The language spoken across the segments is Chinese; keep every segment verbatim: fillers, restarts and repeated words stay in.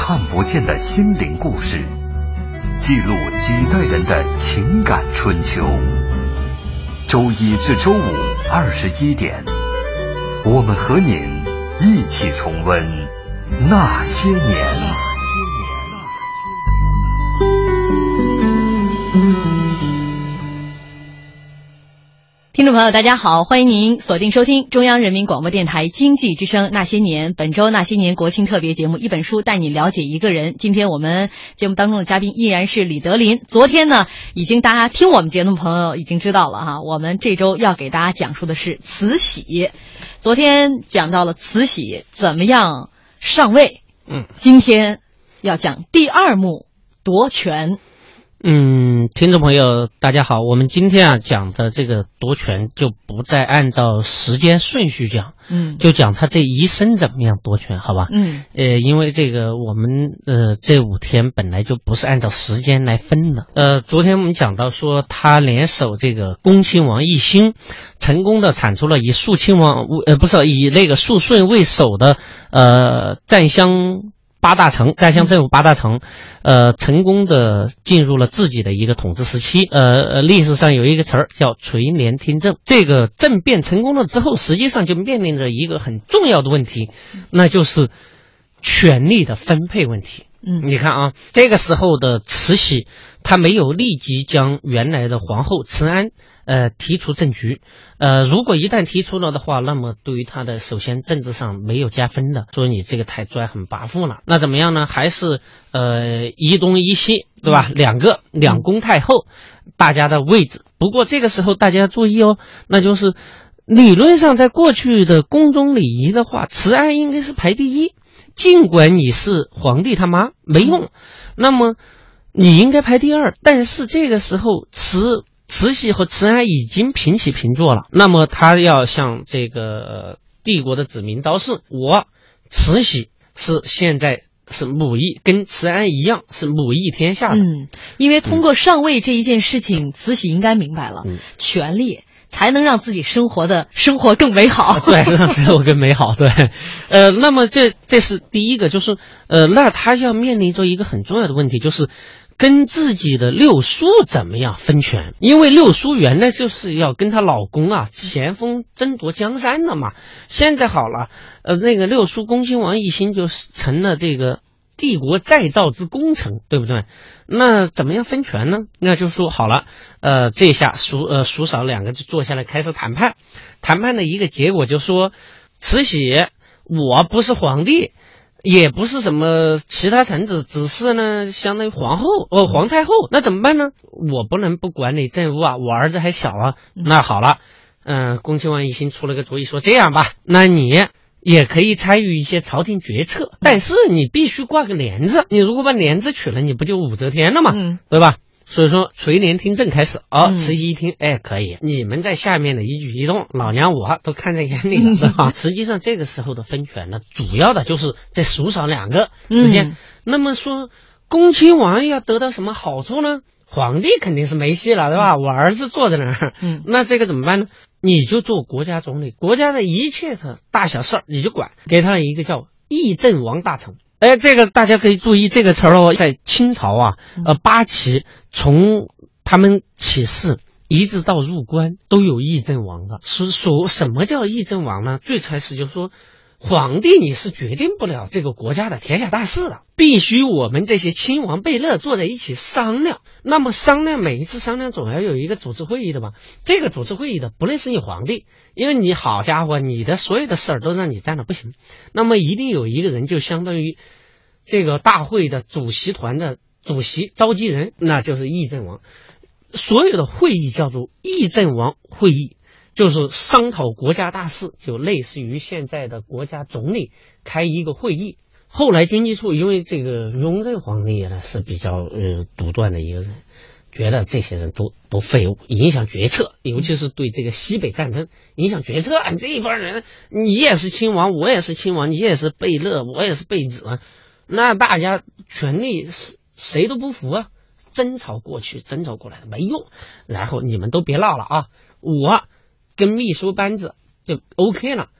看不见的心灵故事，记录几代人的情感春秋。周一至周五二十一点，我们和您一起重温那些年。 听众朋友大家好，欢迎您锁定收听中央人民广播电台经济之声那些年，本周那些年国庆特别节目，一本书带你了解一个人。今天我们节目当中的嘉宾依然是李德林。昨天呢，已经大家听我们节目的朋友已经知道了哈，我们这周要给大家讲述的是慈禧。昨天讲到了慈禧怎么样上位， 嗯， 今天要讲第二幕夺权。 嗯，听众朋友大家好，我们今天啊讲的这个夺权就不再按照时间顺序讲， 嗯， 就讲他这一生怎么样夺权，好吧？ 嗯， 呃，因为这个我们呃这五天本来就不是按照时间来分的，呃，昨天我们讲到说他联手这个恭亲王奕欣，成功的产出了以肃亲王呃不是以那个肃顺为首的呃占乡八大城，占乡政府八大城，呃，成功的进入了自己的一个统治时期。呃，历史上有一个词儿叫垂帘听政。这个政变成功了之后，实际上就面临着一个很重要的问题，那就是权力的分配问题。 嗯， 你看啊，这个时候的慈禧，她没有立即将原来的皇后慈安呃提出政局，呃，如果一旦提出了的话，那么对于她的首先政治上没有加分的，说你这个太专横跋扈了。那怎么样呢？还是呃一东一西，对吧？两个两宫太后，大家的位置。不过这个时候大家要注意哦，那就是理论上在过去的宫中礼仪的话，慈安应该是排第一。尽管你是皇帝他妈没用，那么你应该排第二，但是这个时候慈慈禧和慈安已经平起平坐了，那么他要向这个帝国的子民昭示，我慈禧是现在是母仪，跟慈安一样是母仪天下的。 嗯，因为通过上位这一件事情，嗯、慈禧应该明白了，嗯、权力才能让自己生活的生活更美好， 对，让生活更美好，对，呃，那么这这是第一个，就是呃，那他要面临着一个很重要的问题，就是跟自己的六叔怎么样分权，因为六叔原来就是要跟她老公啊咸丰争夺江山的嘛，现在好了，呃，那个六叔恭亲王奕欣就成了这个帝国再造之功臣，对不对？那怎么样分权呢？那就说好了，呃，这下叔呃叔嫂两个就坐下来开始谈判。谈判的一个结果就说，慈禧，我不是皇帝，也不是什么其他臣子，只是呢相当于皇后哦皇太后，那怎么办呢？我不能不管理政务啊，我儿子还小啊。那好了，嗯、呃，恭亲王奕欣出了个主意，说这样吧，那你也可以参与一些朝廷决策，但是你必须挂个帘子。你如果把帘子取了，你不就武则天了吗？嗯，对吧？所以说垂帘听政开始。哦，慈禧一听，哎，可以，你们在下面的一举一动，老娘我都看在眼里了，是吧？实际上这个时候的分权呢，主要的就是在叔嫂两个之间。嗯、那么说，恭亲王要得到什么好处呢？皇帝肯定是没戏了，对吧？我儿子坐在那儿，嗯，那这个怎么办呢？你就做国家总理，国家的一切的大小事儿你就管，给他一个叫议政王大臣。哎，这个大家可以注意这个词儿哦，在清朝啊，呃，八旗从他们起事一直到入关都有议政王的。是说什么叫议政王呢？最开始就说，皇帝你是决定不了这个国家的天下大事的，必须我们这些亲王贝勒坐在一起商量。那么商量，每一次商量总要有一个组织会议的吧？这个组织会议的不论是你皇帝，因为你好家伙，你的所有的事儿都让你占了不行，那么一定有一个人就相当于这个大会的主席团的主席召集人，那就是议政王。所有的会议叫做议政王会议，就是商讨国家大事，就类似于现在的国家总理开一个会议。后来军机处因为这个雍正皇帝呢是比较呃独断的一个人，觉得这些人都都废物，影响决策，尤其是对这个西北战争影响决策。你这一帮人，你也是亲王，我也是亲王，你也是贝勒，我也是贝子，那大家权力谁都不服啊，争吵过去争吵过来没用，然后你们都别闹了啊，我跟秘书班子就 OK 了，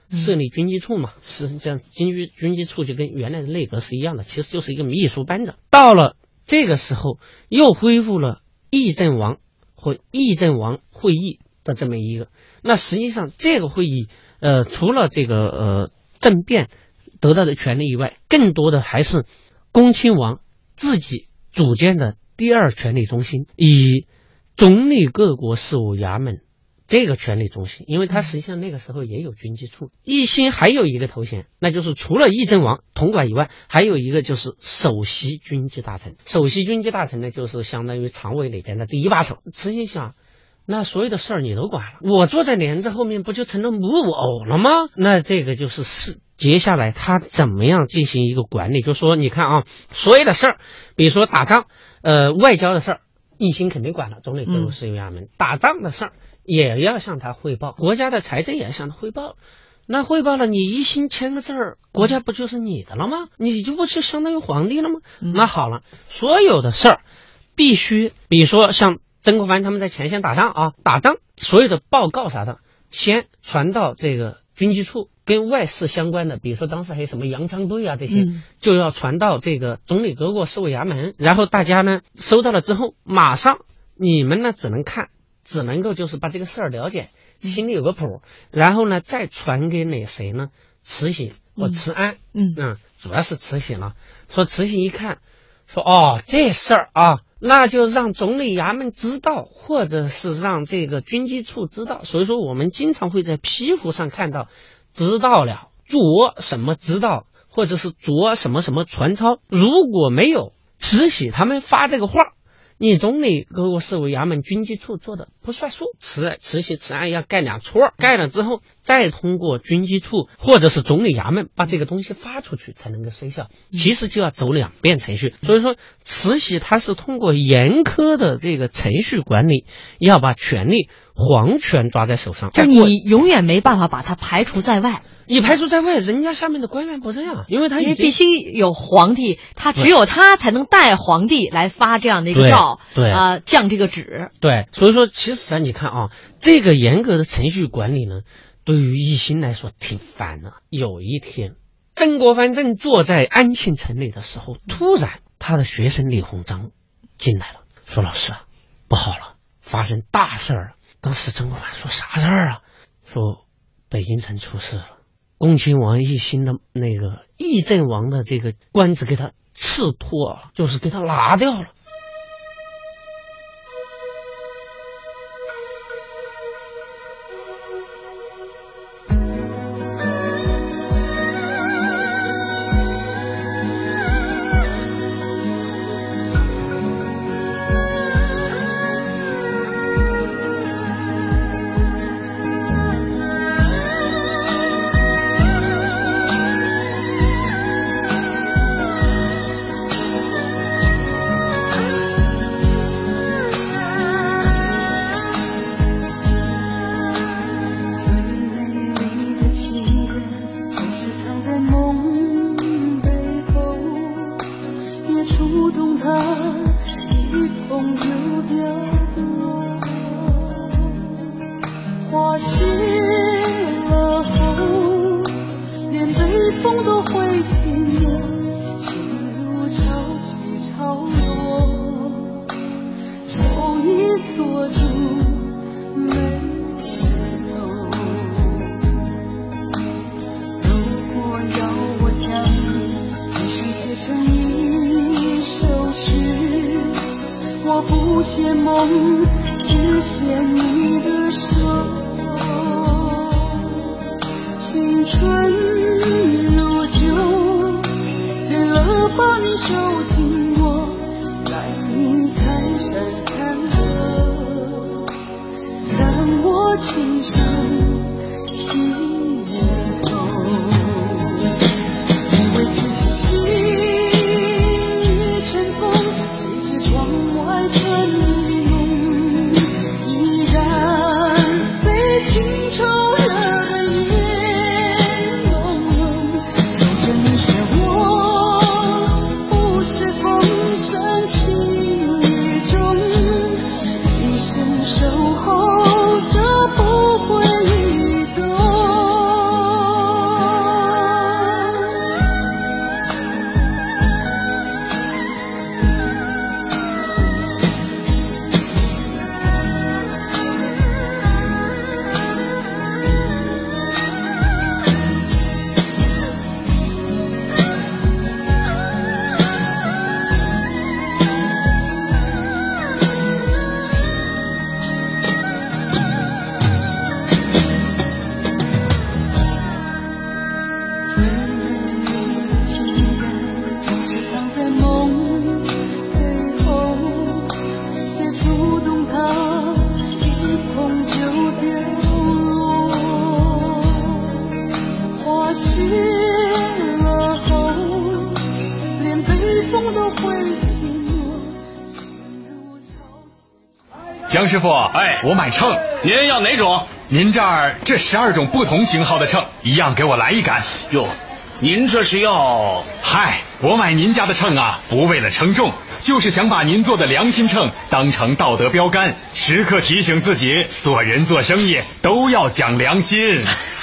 设立军机处嘛，实际上军机军机处就跟原来的内阁是一样的，其实就是一个秘书班长。到了这个时候，又恢复了议政王或议政王会议的这么一个。那实际上这个会议，呃，除了这个呃政变得到的权利以外，更多的还是恭亲王自己组建的第二权力中心，以总理各国事务衙门这个权力中心，因为他实际上那个时候也有军机处。奕欣还有一个头衔，那就是除了议政王统管以外，还有一个就是首席军机大臣。首席军机大臣呢，就是相当于常委里边的第一把手。慈禧想，那所有的事儿你都管了，我坐在帘子后面不就成了木偶了吗？那这个就是是接下来他怎么样进行一个管理，就说你看啊，所有的事儿，比如说打仗，呃，外交的事儿，奕欣肯定管了，总理各国事务衙门。打仗的事儿也要向他汇报，国家的财政也要向他汇报。那汇报了，你一心签个字儿，国家不就是你的了吗？你就不是相当于皇帝了吗？嗯、那好了，所有的事儿必须，比如说像曾国藩他们在前线打仗啊，打仗所有的报告啥的，先传到这个军机处，跟外事相关的，比如说当时还有什么洋枪队啊这些，嗯、就要传到这个总理各国事务衙门，然后大家呢收到了之后，马上你们呢只能看。只能够就是把这个事儿了解，心里有个谱，然后呢再传给哪谁呢？慈禧或慈安，嗯嗯，主要是慈禧了。说慈禧一看，说哦这事儿啊，那就让总理衙门知道，或者是让这个军机处知道。所以说我们经常会在批复上看到，知道了着什么知道，或者是着什么什么传抄。如果没有慈禧他们发这个话，你总理各国事务衙门军机处做的不算数，慈慈禧慈安要盖两撮，盖了之后再通过军机处或者是总理衙门把这个东西发出去才能够生效，其实就要走两遍程序。所以说慈禧她是通过严苛的这个程序管理，要把权力皇权抓在手上， 就你永远没办法把它排除在外。 你排除在外，人家下面的官员不这样，因为他因为必须有皇帝，他只有他才能代皇帝来发这样的一个诏， 对啊、呃，降这个旨。 对，所以说其实啊，你看啊，这个严格的程序管理呢，对于奕欣来说挺烦的。有一天，曾国藩正坐在安庆城里的时候，突然他的学生李鸿章进来了，说：“老师啊，不好了，发生大事儿了。”当时曾国藩说：“啥事儿啊？”说北京城出事了。恭亲王奕欣的那个议政王的这个官职给他刺脱了，就是给他拿掉了。 我不是风声情雨中。 杨师傅， 哎， 我买秤， 您要哪种？ 您这儿这十二种不同型号的秤，一样给我来一杆。 哟，您这是要？ 嗨，我买您家的秤啊，不为了称重，就是想把您做的良心秤当成道德标杆，时刻提醒自己，做人做生意都要讲良心。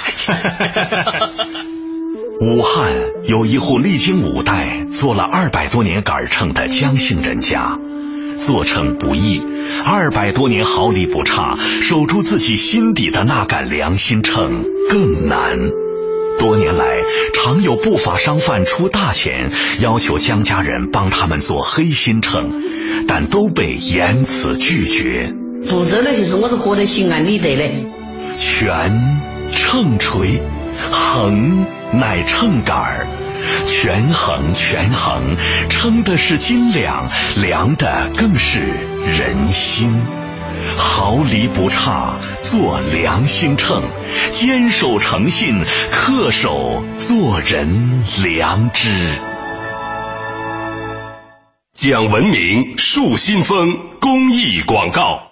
武汉有一户历经五代做了二百多年杆秤的姜姓人家，做秤不易，二百多年毫厘不差，守住自己心底的那杆良心秤更难。多年来，常有不法商贩出大钱，要求姜家人帮他们做黑心秤，但都被严词拒绝。 做这的就是我是活得心安理得的。 权秤锤，衡乃秤杆儿，权衡权衡，称的是斤两，量的更是人心。毫厘不差，做良心秤，坚守诚信，恪守做人良知。 讲文明树新风公益广告。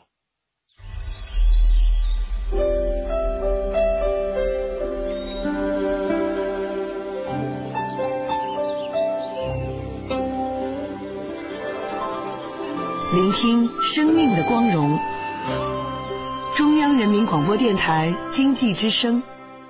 聆听生命的光荣。中央人民广播电台经济之声。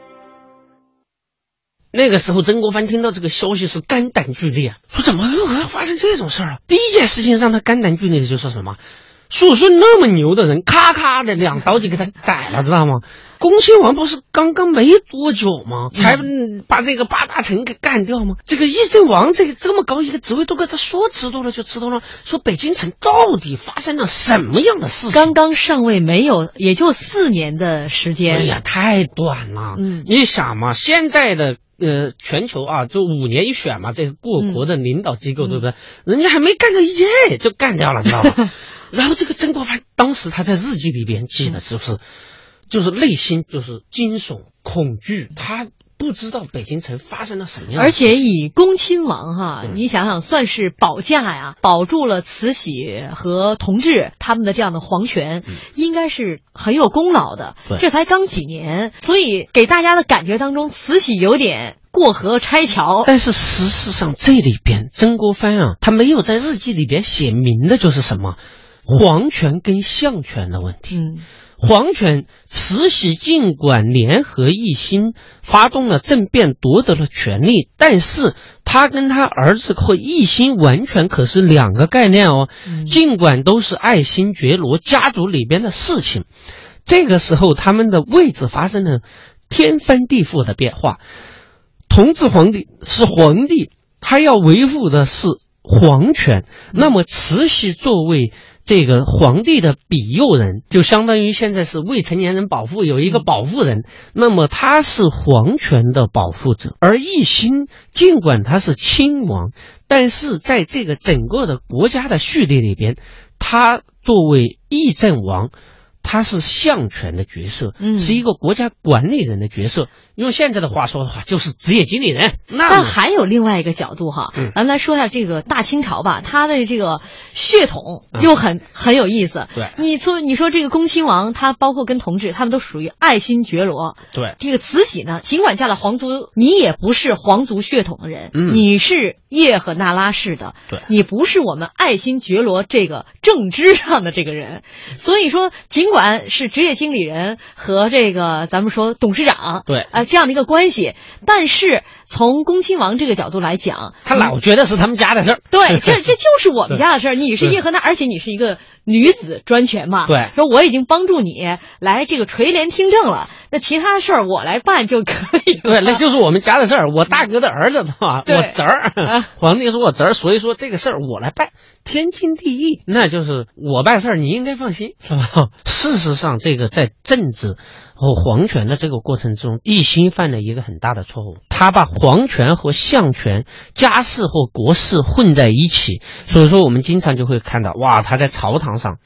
那个时候曾国藩听到这个消息是肝胆俱裂，说怎么又发生这种事儿啊？第一件事情让他肝胆俱裂的就是什么？叔叔那么牛的人，咔咔的两刀就给他宰了，知道吗？恭亲王不是刚刚没多久吗？才把这个八大臣给干掉吗？这个议政王这个这么高一个职位都跟他说知道了就知道了，说北京城到底发生了什么样的事情？ 刚刚上位没有，也就四年的时间。 哎呀，太短了。 嗯， 你想嘛，现在的呃全球啊，就五年一选嘛，这个各国的领导机构，嗯、对不对？人家还没干到一届就干掉了，知道吗？然后这个曾国藩当时他在日记里边记得是不是，就是内心就是惊悚恐惧，他不知道北京城发生了什么样的事。 而且以恭亲王哈，嗯、你想想算是保驾呀，保住了慈禧和同治他们的这样的皇权，嗯、应该是很有功劳的。这才刚几年，所以给大家的感觉当中，慈禧有点过河拆桥。 但是事实上这里边曾国藩啊，他没有在日记里边写明的就是什么皇权跟相权的问题。 嗯， 皇权，慈禧尽管联合奕欣发动了政变，夺得了权力，但是他跟他儿子和奕欣完全可是两个概念哦。 嗯、 尽管都是爱新觉罗家族里边的事情，这个时候他们的位置发生了天翻地覆的变化。同治皇帝是皇帝，他要维护的是皇权，那么慈禧作为这个皇帝的庇佑人，就相当于现在是未成年人保护有一个保护人，那么他是皇权的保护者。而奕欣尽管他是亲王，但是在这个整个的国家的序列里边，他作为议政王，他是相权的角色， 嗯， 是一个国家管理人的角色。用现在的话说的话，就是职业经理人。那但还有另外一个角度哈， 嗯、 咱们来说一下这个大清朝吧，它的这个血统又很、嗯、很有意思。 对， 你说你说这个恭亲王，他包括跟同治，他们都属于爱新觉罗。 对， 这个慈禧呢，尽管嫁了皇族，你也不是皇族血统的人， 嗯、 你是叶赫那拉氏的， 对， 你不是我们爱新觉罗这个正支上的这个人。所以说，尽管是职业经理人和这个咱们说董事长， 对， 啊、呃、这样的一个关系。但是从恭亲王这个角度来讲， 他老觉得是他们家的事儿。 对，这这就是我们家的事儿。你是叶赫那，而且你是一个女子专权嘛。 对， 说我已经帮助你来这个垂帘听政了，那其他事儿我来办就可以了。 对，那就是我们家的事儿。我大哥的儿子嘛，我侄儿， 啊、 皇帝说我侄儿，所以说这个事儿我来办，天经地义。那就是我办事儿，你应该放心，是吧？事实上，这个在政治和皇权的这个过程中，奕欣犯了一个很大的错误，他把皇权和相权、家事或国事混在一起，所以说我们经常就会看到，哇，他在朝堂上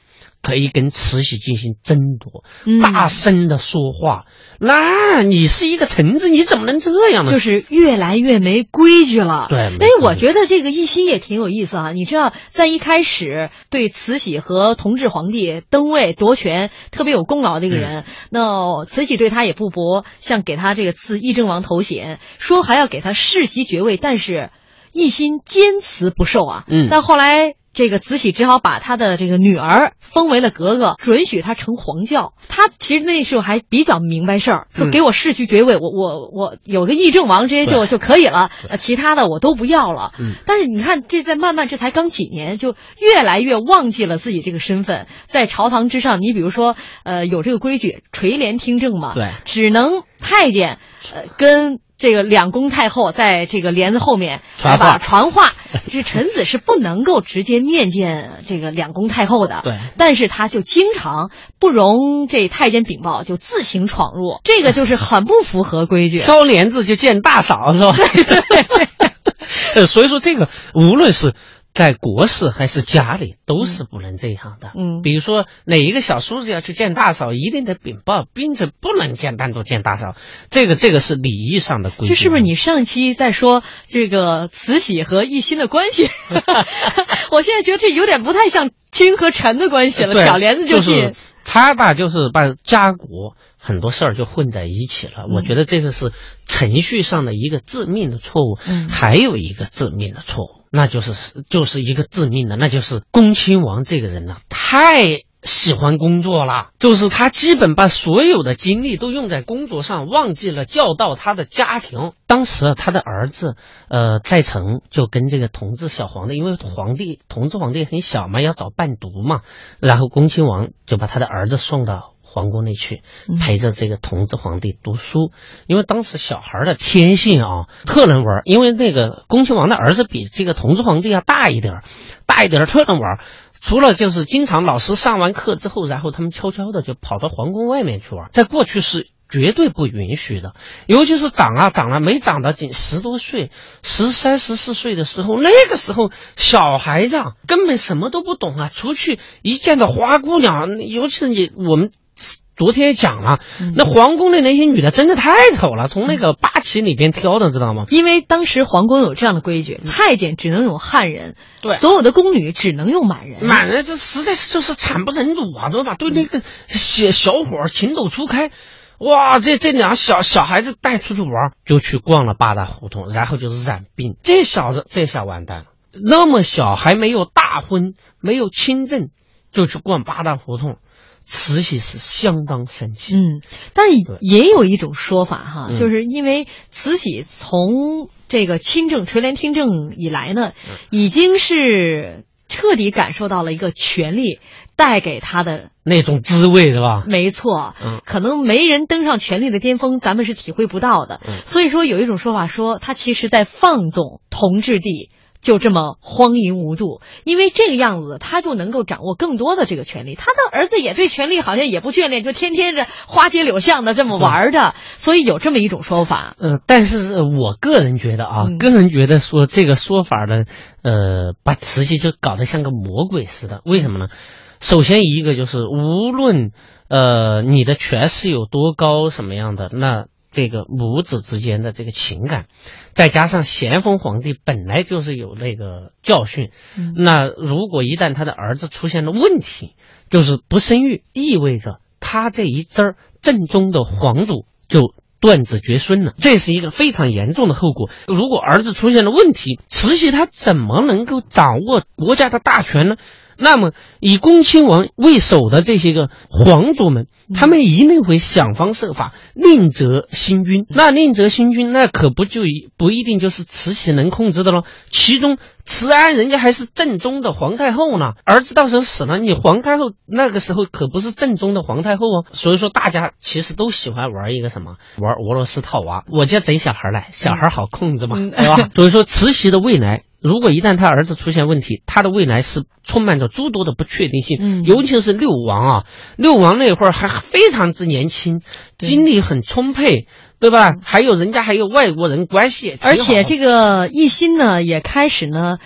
可以跟慈禧进行争夺， 嗯、 大声的说话。那你是一个臣子，你怎么能这样呢？ 就是越来越没规矩了。 对， 哎，我觉得这个奕欣也挺有意思啊。你知道，在一开始对慈禧和同治皇帝登位夺权特别有功劳的一个人，嗯、那慈禧对他也不薄，像给他这个赐议政王头衔，说还要给他世袭爵位，但是奕欣坚持不受啊。 嗯， 但后来这个慈禧只好把他的这个女儿封为了格格，准许他承皇教。他其实那时候还比较明白事儿，说给我世袭爵位，嗯、我我我有个议政王这些就就可以了，呃，其他的我都不要了。 嗯， 但是你看，这在慢慢这才刚几年，就越来越忘记了自己这个身份。在朝堂之上，你比如说，呃，有这个规矩，垂帘听政嘛， 对， 只能太监呃跟这个两宫太后在这个帘子后面传话传话，这臣子是不能够直接面见这个两宫太后的。 对，但是他就经常不容这太监禀报，就自行闯入，这个就是很不符合规矩。 挑帘子就见大嫂是吧？ 对对对。 呃，所以说这个无论是在国事还是家里都是不能这样的。 嗯， 比如说哪一个小叔子要去见大嫂，一定得禀报，并且不能见单独见大嫂。这个这个是礼仪上的规矩。 这是不是你上一期在说这个慈禧和奕欣的关系？我现在觉得这有点不太像君和臣的关系了，挑帘子就进。 就是他吧，就是把家国很多事儿就混在一起了。嗯、我觉得这个是程序上的一个致命的错误。 嗯， 还有一个致命的错误。那就是就是一个致命的，那就是恭亲王这个人呢，太喜欢工作了，就是他基本把所有的精力都用在工作上，忘记了教导他的家庭。当时他的儿子呃在城就跟这个同治小皇帝，因为皇帝同治皇帝很小嘛，要找伴读嘛，然后恭亲王就把他的儿子送到皇宫内去，陪着这个同治皇帝读书。因为当时小孩的天性啊，特能玩，因为那个恭亲王的儿子比这个同治皇帝要大一点，大一点特能玩。除了就是经常老师上完课之后，然后他们悄悄的就跑到皇宫外面去玩，在过去是绝对不允许的。尤其是长啊长了没长到仅十多岁，十三十四岁的时候，那个时候小孩子根本什么都不懂啊，出去一见到花姑娘，尤其是你我们昨天也讲了，那皇宫的那些女的真的太丑了，从那个八旗里边挑的，知道吗？ 因为当时皇宫有这样的规矩，太监只能用汉人， 对， 所有的宫女只能用满人。 满人这实在是就是惨不忍睹啊，对吧？对那个小小伙情窦初开，哇，这这俩小小孩子带出去玩，就去逛了八大胡同，然后就是染病。这小子这下完蛋了，那么小还没有大婚，没有亲政，就去逛八大胡同。慈禧是相当生气。 嗯，但也有一种说法哈， 嗯、 就是因为慈禧从这个亲政垂帘听政以来呢，嗯、已经是彻底感受到了一个权力带给他的那种滋味，是吧？ 没错， 嗯， 可能没人登上权力的巅峰，咱们是体会不到的。 嗯， 所以说有一种说法说，他其实在放纵同治帝。就这么荒淫无度，因为这个样子他就能够掌握更多的这个权利。他的儿子也对权力好像也不眷恋，就天天这花街柳巷的这么玩的，嗯、所以有这么一种说法。 呃，但是我个人觉得啊， 嗯、 个人觉得说这个说法呢，呃，把慈禧就搞得像个魔鬼似的。为什么呢？首先一个就是无论呃你的权势有多高什么样的，那这个母子之间的这个情感，再加上咸丰皇帝本来就是有那个教训， 嗯、 那如果一旦他的儿子出现了问题，就是不生育，意味着他这一支儿正宗的皇族就断子绝孙了，这是一个非常严重的后果。如果儿子出现了问题，慈禧他怎么能够掌握国家的大权呢？那么以恭亲王为首的这些个皇族们，他们一定会想方设法宁折新君。那宁折新君，那可不就不一定就是慈禧能控制的了。其中慈安人家还是正宗的皇太后呢，儿子到时候死了，你皇太后那个时候可不是正宗的皇太后哦。所以说大家其实都喜欢玩一个什么，玩俄罗斯套娃，我家贼小孩来，小孩好控制嘛， 嗯、 对吧？所以说慈禧的未来，如果一旦他儿子出现问题，他的未来是充满着诸多的不确定性。 嗯， 尤其是六王啊，六王那会儿还非常之年轻，精力很充沛，对吧？ 嗯、 还有人家还有外国人关系， 而且这个奕欣呢也开始呢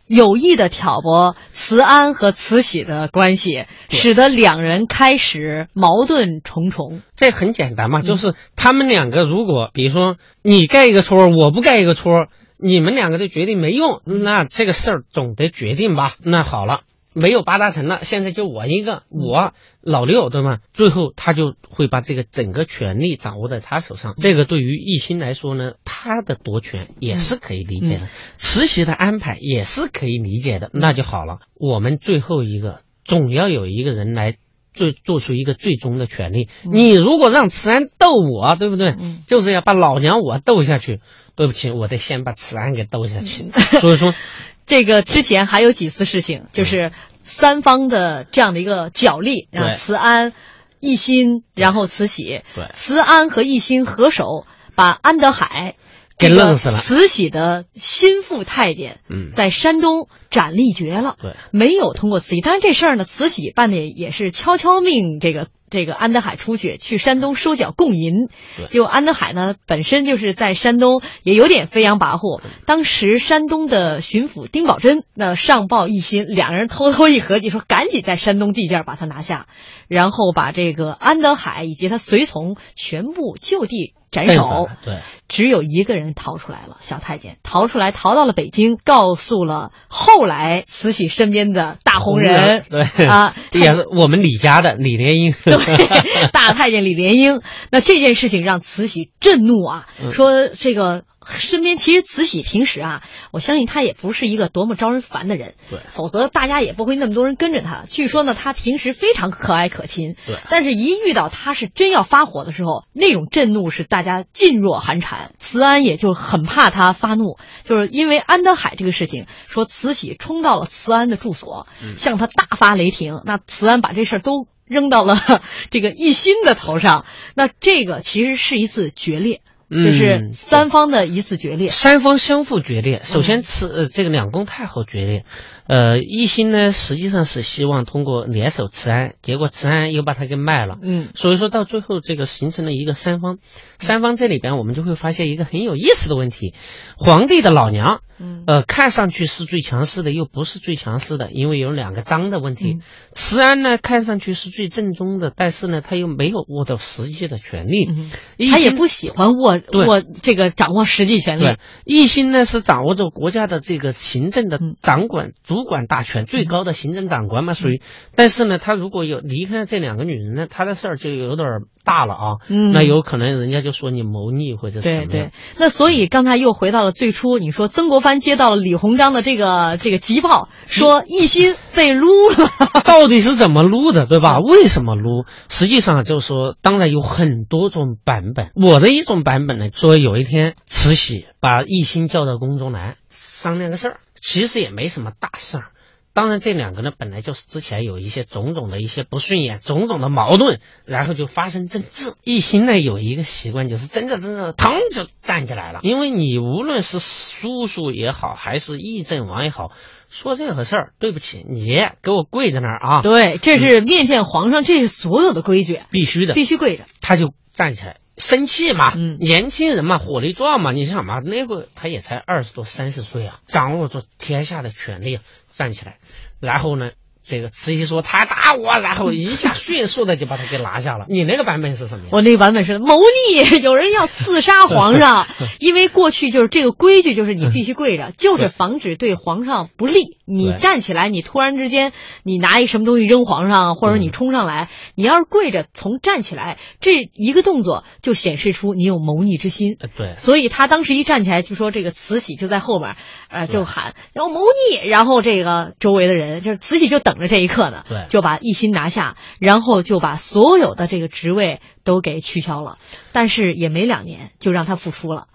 有意的挑拨慈安和慈禧的关系，使得两人开始矛盾重重。 这很简单嘛，就是他们两个如果比如说你盖一个戳，我不盖一个戳，你们两个的决定没用，那这个事儿总得决定吧。那好了，没有八大臣了，现在就我一个，我老六，对吗？最后他就会把这个整个权力掌握在他手上。这个对于奕欣来说呢，他的夺权也是可以理解的，慈禧的安排也是可以理解的，那就好了。我们最后一个总要有一个人来最做出一个最终的权利。你如果让慈安斗我，对不对？就是要把老娘我斗下去。对不起，我得先把慈安给斗下去。所以说， 这个之前还有几次事情，就是三方的这样的一个角力啊，慈安、奕欣，然后慈禧， 对， 慈安和奕欣合手把安德海给弄死了。 慈禧的心腹太监，嗯，在山东斩立决了， 对， 没有通过慈禧。当然这事儿呢，慈禧办的也是悄悄命这个。这个安德海出去去山东收缴贡银，就安德海呢本身就是在山东也有点飞扬跋扈。当时山东的巡抚丁宝桢那上报奕欣，两人偷偷一合计，说赶紧在山东地界把他拿下，然后把这个安德海以及他随从全部就地斩首。 对， 只有一个人逃出来了，小太监逃出来，逃到了北京，告诉了后来慈禧身边的大红人， 对啊， 这也是我们李家的李莲英。 对，大太监李莲英。那这件事情让慈禧震怒啊， 嗯、 说这个身边其实慈禧平时啊，我相信她也不是一个多么招人烦的人， 对， 否则大家也不会那么多人跟着她。据说呢，她平时非常可爱可亲， 对， 但是一遇到她是真要发火的时候，那种震怒是大家噤若寒蝉。慈安也就很怕她发怒，就是因为安德海这个事情，说慈禧冲到了慈安的住所，嗯、向他大发雷霆，那慈安把这事儿都扔到了这个奕欣的头上，那这个其实是一次决裂，就是三方的一次决裂， 嗯、三方相互决裂。首先慈呃这个两宫太后决裂，呃奕欣呢实际上是希望通过联手慈安，结果慈安又把他给卖了， 嗯， 所以说到最后这个形成了一个三方，三方这里边我们就会发现一个很有意思的问题，皇帝的老娘。呃，看上去是最强势的，又不是最强势的，因为有两个章的问题。嗯、慈安呢，看上去是最正宗的，但是呢，他又没有握到实际的权力， 嗯、他也不喜欢握握这个掌握实际权力。 对，奕欣呢是掌握着国家的这个行政的掌管、嗯、主管大权，最高的行政长官嘛，属于。但是呢，他如果有离开这两个女人呢，他的事儿就有点大了啊。嗯，那有可能人家就说你谋逆或者什么样。 对对，那所以刚才又回到了最初，你说曾国藩接到了李鸿章的这个这个急报，说奕欣被撸了， 到底是怎么撸的，对吧？为什么撸？实际上就是说，当然有很多种版本。我的一种版本呢，说有一天慈禧把奕欣叫到宫中来商量个事儿，其实也没什么大事儿。当然这两个呢本来就是之前有一些种种的一些不顺眼，种种的矛盾，然后就发生争执。奕欣呢有一个习惯，就是真的真的腾就站起来了，因为你无论是叔叔也好还是议政王也好，说任何事儿，对不起，你给我跪在那儿啊。 对，这是面见皇上，嗯、这是所有的规矩， 必须的， 必须跪着。 他就站起来，生气嘛， 嗯， 年轻人嘛，火力壮嘛，你想嘛，那个他也才二十多三十岁啊，掌握着天下的权力，站起来，然后呢，这个慈禧说他打我，然后一下迅速的就把他给拿下了。你那个版本是什么呀？ 我那个版本是谋逆，有人要刺杀皇上，因为过去就是这个规矩，就是你必须跪着，就是防止对皇上不利。你站起来，你突然之间你拿一什么东西扔皇上，或者你冲上来，你要是跪着从站起来，这一个动作就显示出你有谋逆之心。 对， 所以他当时一站起来就说这个慈禧就在后面，呃，就喊然后谋逆，然后这个周围的人就是慈禧就等着这一刻呢， 对， 就把奕欣拿下，然后就把所有的这个职位都给取消了，但是也没两年就让他复出了。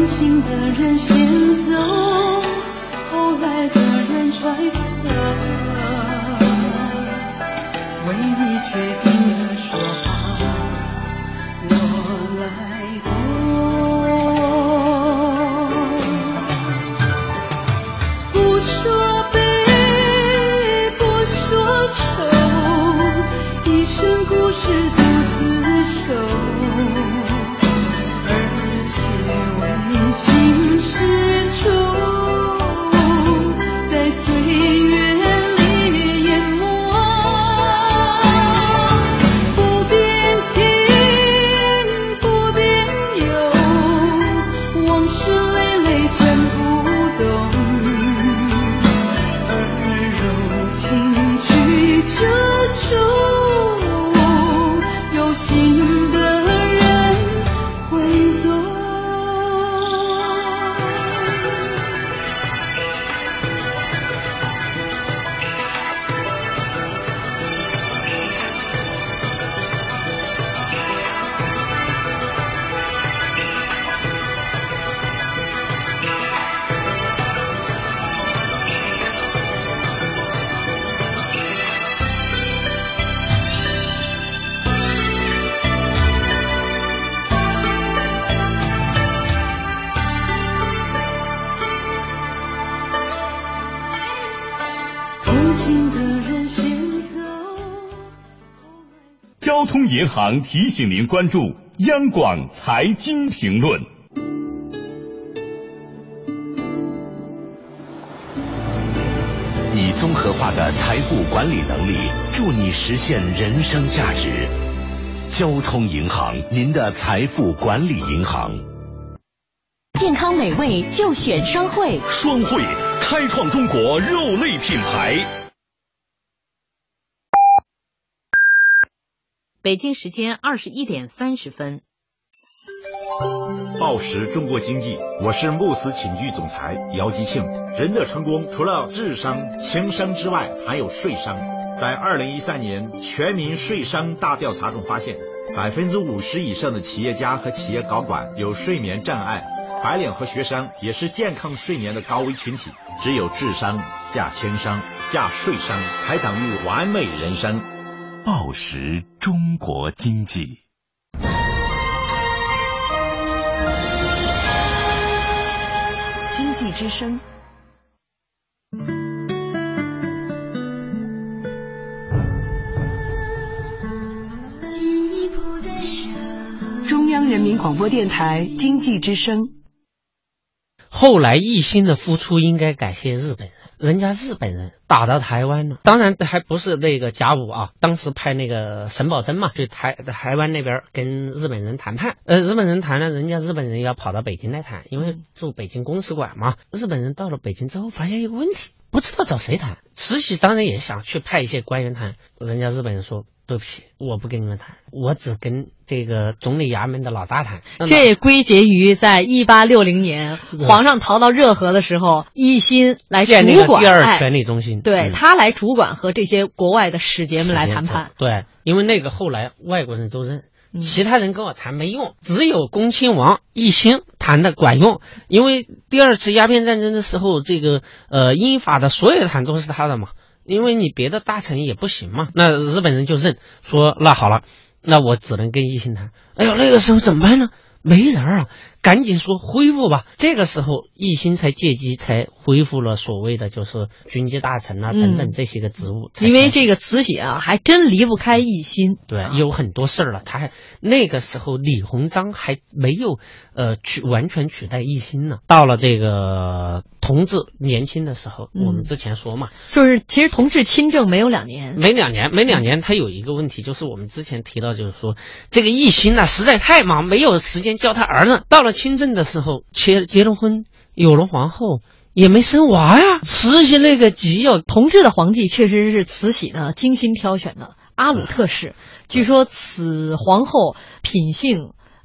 行的人先走，后来的人揣测，为你确定的说好，我来过。不说悲，不说愁，一生故事独自守，而且为心事处，在岁月里淹没。不变迁，不变忧，往事累累真不动，而柔情曲折处，有心的人会懂。同行的人先走。 交通银行提醒您关注央广财经评论。 以综合化的财富管理能力，助你实现人生价值。交通银行，您的财富管理银行。 健康美味就选双汇， 双汇开创中国肉类品牌。 北京时间二十一点三十分。 报时中国经济，我是慕思寝具总裁姚吉庆。人的成功除了智商、情商之外，还有税商。在二零一三年全民税商大调查中发现，百分之五十以上的企业家和企业高管有睡眠障碍，白领和学生也是健康睡眠的高危群体。只有智商加情商加税商，才等于完美人生。 报时中国经济。 经济之声。中央人民广播电台经济之声。 后来一心的付出应该感谢日本人，人家日本人打到台湾了，当然还不是那个甲午啊，当时派那个沈葆桢嘛，去台台湾那边跟日本人谈判，呃，日本人谈了，人家日本人要跑到北京来谈，因为驻北京公使馆嘛。日本人到了北京之后，发现一个问题，不知道找谁谈。慈禧当然也想去派一些官员谈，人家日本人说，对不起，我不跟你们谈，我只跟这个总理衙门的老大谈。 这也归结于在一八六零年皇上逃到热河的时候，奕欣来主管第二权力中心， 哎、对、嗯、他来主管和这些国外的使节们来谈判。 对，因为那个后来外国人都认。其他人跟我谈没用，只有恭亲王奕欣谈的管用，因为第二次鸦片战争的时候，这个呃英法的所有的谈都是他的嘛，因为你别的大臣也不行嘛，那日本人就认说，那好了，那我只能跟奕欣谈。哎呦，那个时候怎么办呢？没人啊，赶紧说恢复吧。这个时候奕欣才借机才恢复了所谓的就是军机大臣啊、嗯、等等这些个职务。 因为这个慈禧啊还真离不开奕欣， 对，有很多事儿了。他还那个时候李鸿章还没有呃取完全取代奕欣呢。到了这个同治年轻的时候、嗯、我们之前说嘛， 就是其实同治亲政没有两年， 没两年，没两年，他有一个问题，就是我们之前提到，就是说这个奕欣呢实在太忙，没有时间教他儿子。到了亲政的时候，结结了婚，有了皇后，也没生娃呀。慈禧那个急要， 同治的皇帝确实是慈禧呢精心挑选的阿鲁特氏，据说此皇后品性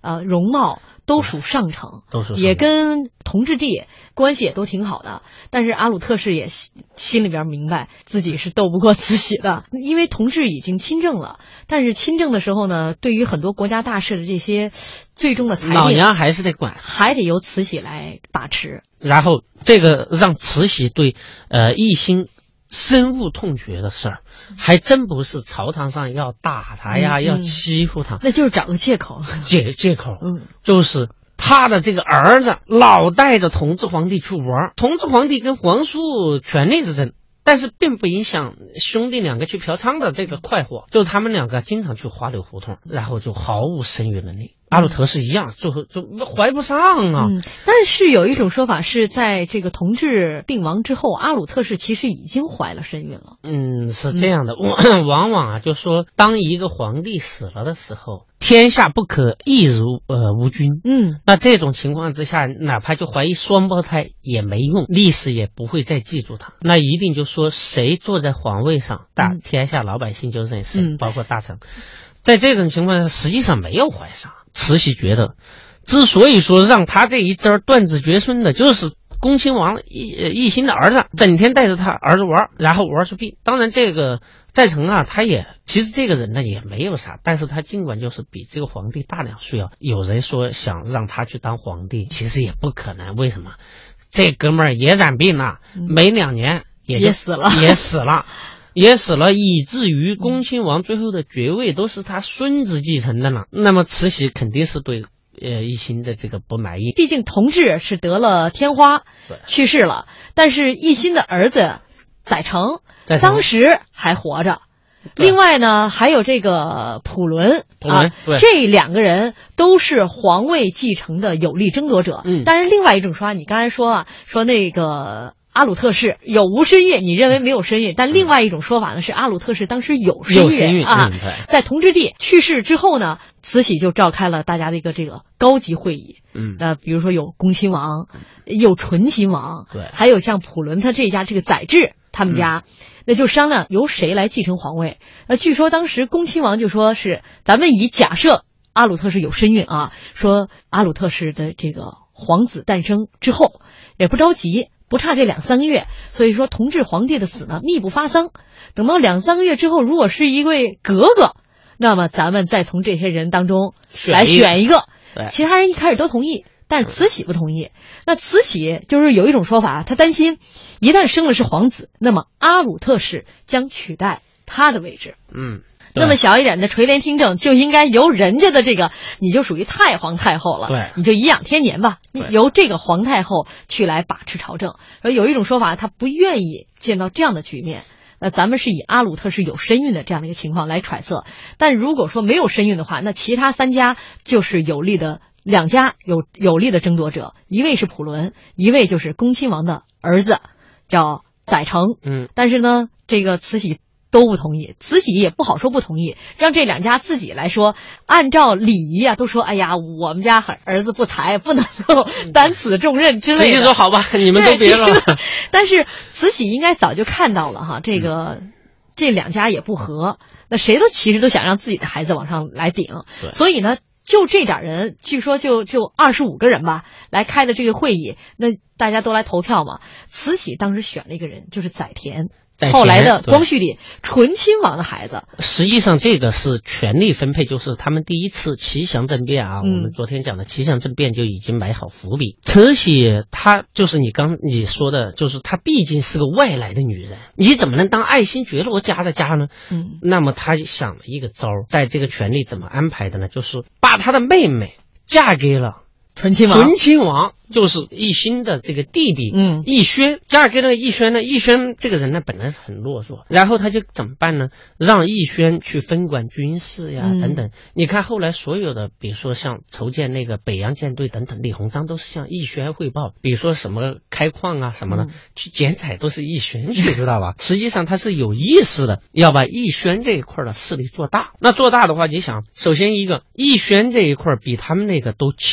呃容貌都属上乘， 都是也跟同治帝关系也都挺好的。但是阿鲁特氏也心里边明白自己是斗不过慈禧的，因为同治已经亲政了，但是亲政的时候呢，对于很多国家大事的这些最终的裁定， 老娘还是得管， 还得由慈禧来把持。 然后这个让慈禧对呃奕欣深恶痛绝的事儿，还真不是朝堂上要打他呀， 嗯、 要欺负他， 那就是找个借口。 借借口， 嗯， 就是他的这个儿子老带着同治皇帝去玩，同治皇帝跟皇叔权力之争，但是并不影响兄弟两个去嫖娼的这个快活，就是他们两个经常去花柳胡同，然后就毫无生育能力。阿鲁特氏一样，最后就怀不上啊。 嗯，但是有一种说法是在这个同治病亡之后，阿鲁特氏其实已经怀了身孕了。 嗯，是这样的，嗯、往往啊，就说当一个皇帝死了的时候，天下不可一如呃无君。 嗯， 那这种情况之下，哪怕就怀疑双胞胎也没用，历史也不会再记住他。那一定就说谁坐在皇位上，大、嗯、天下老百姓就认识，嗯、包括大臣。在这种情况下，实际上没有怀上。慈禧觉得，之所以说让他这一支断子绝孙的，就是恭亲王奕奕欣的儿子，整天带着他儿子玩，然后玩出病。当然，这个在成啊，他也其实这个人呢也没有啥，但是他尽管就是比这个皇帝大两岁啊。有人说想让他去当皇帝，其实也不可能。为什么？这哥们儿也染病了，嗯、没两年也也死了， 也死了。也死了，以至于恭亲王最后的爵位都是他孙子继承的了。那么慈禧肯定是对呃奕欣的这个不满意。 毕竟同治是得了天花去世了，但是奕欣的儿子载成当时还活着。另外呢，还有这个普伦啊，这两个人都是皇位继承的有力争夺者。嗯，但是另外一种说法，你刚才说啊，说那个阿鲁特氏有无身孕？你认为没有身孕，但另外一种说法呢是阿鲁特氏当时有身孕, 有身孕啊、 嗯。 在同治帝去世之后呢，慈禧就召开了大家的一个这个高级会议。 嗯， 呃，比如说有恭亲王，有纯亲王， 对， 还有像普伦他这家这个载质他们家。嗯，那就商量由谁来继承皇位。呃，据说当时恭亲王就说是咱们以假设阿鲁特氏有身孕啊，说阿鲁特氏的这个皇子诞生之后也不着急，不差这两三个月，所以说同治皇帝的死呢密不发丧，等到两三个月之后，如果是一位格格，那么咱们再从这些人当中来选一个。其他人一开始都同意，但是慈禧不同意。那慈禧就是有一种说法，她担心一旦生了是皇子，那么阿鲁特氏将取代他的位置。 嗯， 那么小一点的垂帘听政就应该由人家的这个，你就属于太皇太后了， 对， 你就颐养天年吧，你由这个皇太后去来把持朝政。而有一种说法，他不愿意见到这样的局面。那咱们是以阿鲁特氏有身孕的这样的一个情况来揣测，但如果说没有身孕的话，那其他三家就是有力的。两家有有力的争夺者，一位是普伦，一位就是恭亲王的儿子，叫载成。 嗯， 但是呢，这个慈禧都不同意，慈禧也不好说不同意，让这两家自己来说，按照礼仪啊，都说，哎呀，我们家儿子不才，不能够担此重任之类的。 慈禧说好吧，你们都别了。 但是慈禧应该早就看到了哈，这个。嗯，这两家也不和，那谁都其实都想让自己的孩子往上来顶，所以呢。就这点人，据说就就二十五个人吧，来开的这个会议，那大家都来投票嘛。慈禧当时选了一个人，就是载湉，后来的光绪帝纯亲王的孩子。 实际上这个是权力分配，就是他们第一次奇祥政变啊， 嗯、 我们昨天讲的奇祥政变就已经埋好伏笔。慈禧她就是你刚你说的，就是她毕竟是个外来的女人，你怎么能当爱新觉罗家的家呢？ 嗯， 那么她想了一个招，在这个权力怎么安排的呢？就是把她的妹妹嫁给了纯亲王， 纯亲王就是奕欣的这个弟弟， 嗯， 奕轩，嫁给了奕轩呢。奕轩这个人呢，本来是很懦弱，然后他就怎么办呢？让奕轩去分管军事呀， 嗯、 等等。你看后来所有的，比如说像筹建那个北洋舰队等等，李鸿章都是向奕轩汇报，比如说什么开矿啊什么的， 嗯、 去剪彩都是奕轩去，知道吧？实际上他是有意识的，要把奕轩这一块的势力做大。那做大的话，你想，首先一个奕轩这一块比他们那个都亲啊。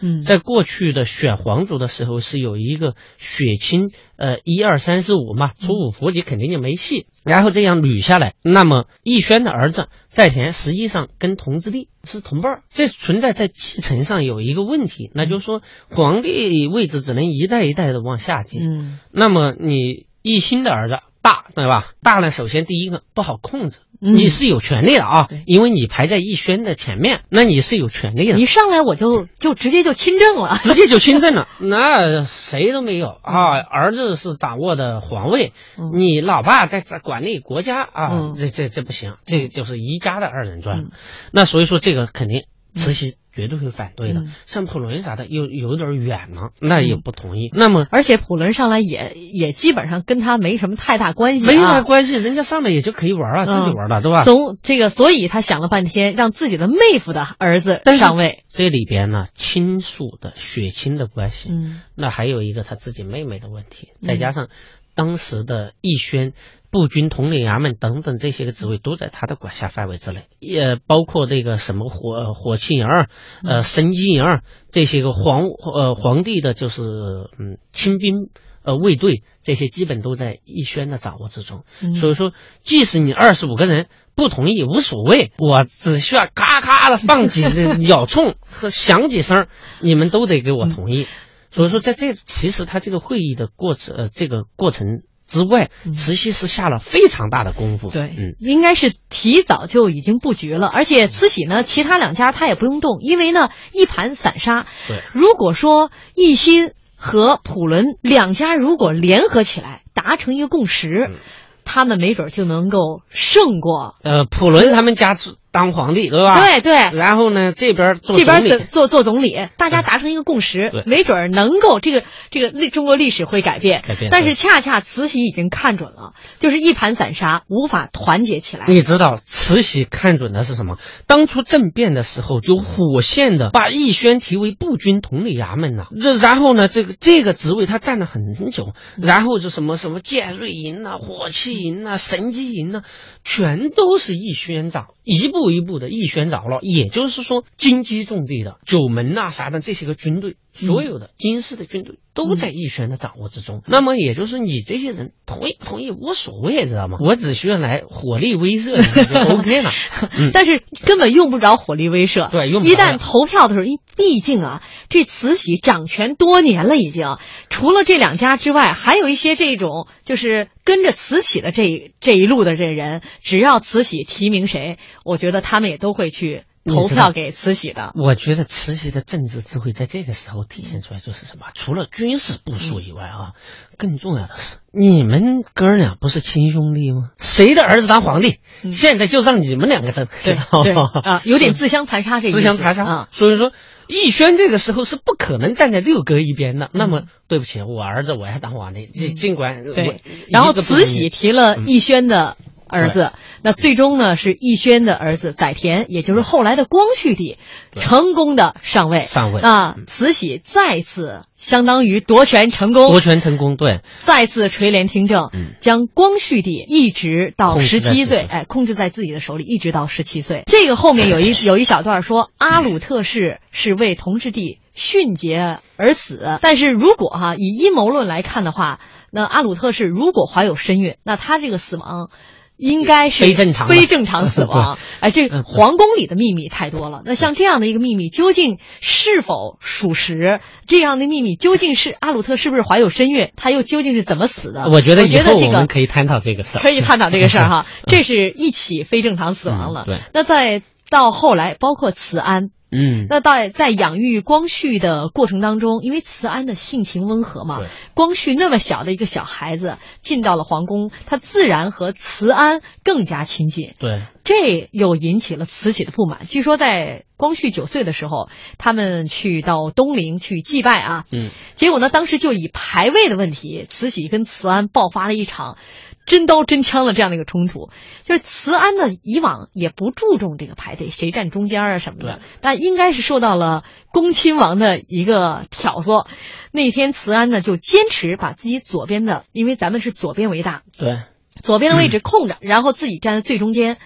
嗯， 在过去的选皇族的时候是有一个血亲，呃，一二三四五嘛，初五伏级肯定就没戏。然后这样捋下来，那么奕轩的儿子在田实际上跟同治帝是同辈儿，这存在在继承上有一个问题，那就是说皇帝位置只能一代一代的往下继。 嗯， 那么你奕欣的儿子大，对吧？大呢，首先第一个不好控制。 嗯、 你是有权利的啊，因为你排在奕轩的前面，那你是有权利的。 一上来我就就直接就亲政了， 直接就亲政了，那谁都没有啊！儿子是掌握的皇位，嗯、你老爸在在管理国家啊，嗯、这这这不行，这就是一家的二人转。嗯、那所以说这个肯定慈禧绝对会反对的，嗯、像普伦啥的又有点远了，那也不同意。嗯、那么， 而且普伦上来也也基本上跟他没什么太大关系、啊， 没啥关系，人家上来也就可以玩了，嗯、自己玩了，对吧？ 从这个，所以他想了半天，让自己的妹夫的儿子上位。 这里边呢，亲属的血亲的关系，嗯，那还有一个他自己妹妹的问题，再加上当时的奕轩。步军统领衙门等等这些个职位都在他的管辖范围之内，也包括这个什么火火器营、呃神机营这些个皇呃皇帝的就是嗯亲兵呃卫队，这些基本都在奕轩的掌握之中。嗯、所以说，即使你二十五个人不同意无所谓，我只需要咔咔的放几咬冲和响几声，你们都得给我同意。嗯、所以说，在这其实他这个会议的过程呃这个过程。之外，慈禧是下了非常大的功夫。 对，嗯，应该是提早就已经布局了。而且慈禧呢，其他两家她也不用动，因为呢一盘散沙。 对， 如果说奕欣和普伦两家如果联合起来达成一个共识，嗯、他们没准就能够胜过呃普伦他们家当皇帝，对吧？ 对对。 然后呢，这边做这边做做总理，大家达成一个共识，没准能够这个这个历中国历史会改变。 改变。 但是恰恰慈禧已经看准了，就是一盘散沙，无法团结起来。 你知道慈禧看准的是什么？当初政变的时候，就火线的把奕轩提为步军统领衙门呐。这然后呢，这个这个职位他占了很久，然后就什么什么建瑞营啊、火器营啊、神机营啊，全都是奕轩掌。一步一步的奕轩掌了，也就是说金鸡重地的九门啊啥的这些个军队，所有的金氏的军队都在奕轩的掌握之中。嗯、那么也就是你这些人同意不同意无所谓，知道吗？我只需要来火力威慑你就 OK 了。 嗯、但是根本用不着火力威慑。 对，用不着。一旦投票的时候，毕竟啊，这慈禧掌权多年了，已经除了这两家之外，还有一些这种就是跟着慈禧的这这一路的这人，只要慈禧提名谁，我觉得他们也都会去投票给慈禧的。 我觉得慈禧的政治智慧在这个时候体现出来，就是什么？除了军事部署以外啊，嗯、更重要的是，你们哥俩不是亲兄弟吗？谁的儿子当皇帝？嗯、现在就让你们两个争。 对对啊，有点自相残杀这意思。 自相残杀啊！所以说，奕轩这个时候是不可能站在六哥一边的。嗯、那么，对不起，我儿子我要当皇帝，尽、嗯、尽管对。然后慈禧提了奕轩的儿子，嗯、那最终呢是奕轩的儿子载湉，也就是后来的光绪帝，成功的上位。 上位啊，慈禧再次相当于夺权成功， 夺权成功，对， 再次垂帘听政，嗯、将光绪帝一直到十七岁，哎，控制在自己的手里，一直到十七岁。这个后面有一有一小段说，阿鲁特氏是为同治帝殉节而死，但是如果哈、啊、以阴谋论来看的话，那阿鲁特氏如果怀有身孕，那他这个死亡应该是非正常非正常死亡。哎，这皇宫里的秘密太多了。那像这样的一个秘密，究竟是否属实？这样的秘密究竟是阿鲁特是不是怀有身孕？他又究竟是怎么死的？ 我觉得以后我们可以探讨这个事儿， 可以探讨这个事儿哈。这是一起非正常死亡了。 嗯、对。 那再到后来，包括慈安。 嗯， 那在在养育光绪的过程当中，因为慈安的性情温和嘛，光绪那么小的一个小孩子进到了皇宫，他自然和慈安更加亲近。 对， 这又引起了慈禧的不满。据说在光绪九岁的时候，他们去到东陵去祭拜啊， 嗯， 结果呢，当时就以牌位的问题，慈禧跟慈安爆发了一场真刀真枪的这样的一个冲突。就是慈安呢，以往也不注重这个排队谁站中间啊什么的，但应该是受到了恭亲王的一个挑唆。那天慈安呢就坚持把自己左边的，因为咱们是左边为大， 对， 左边的位置空着，嗯、然后自己站在最中间。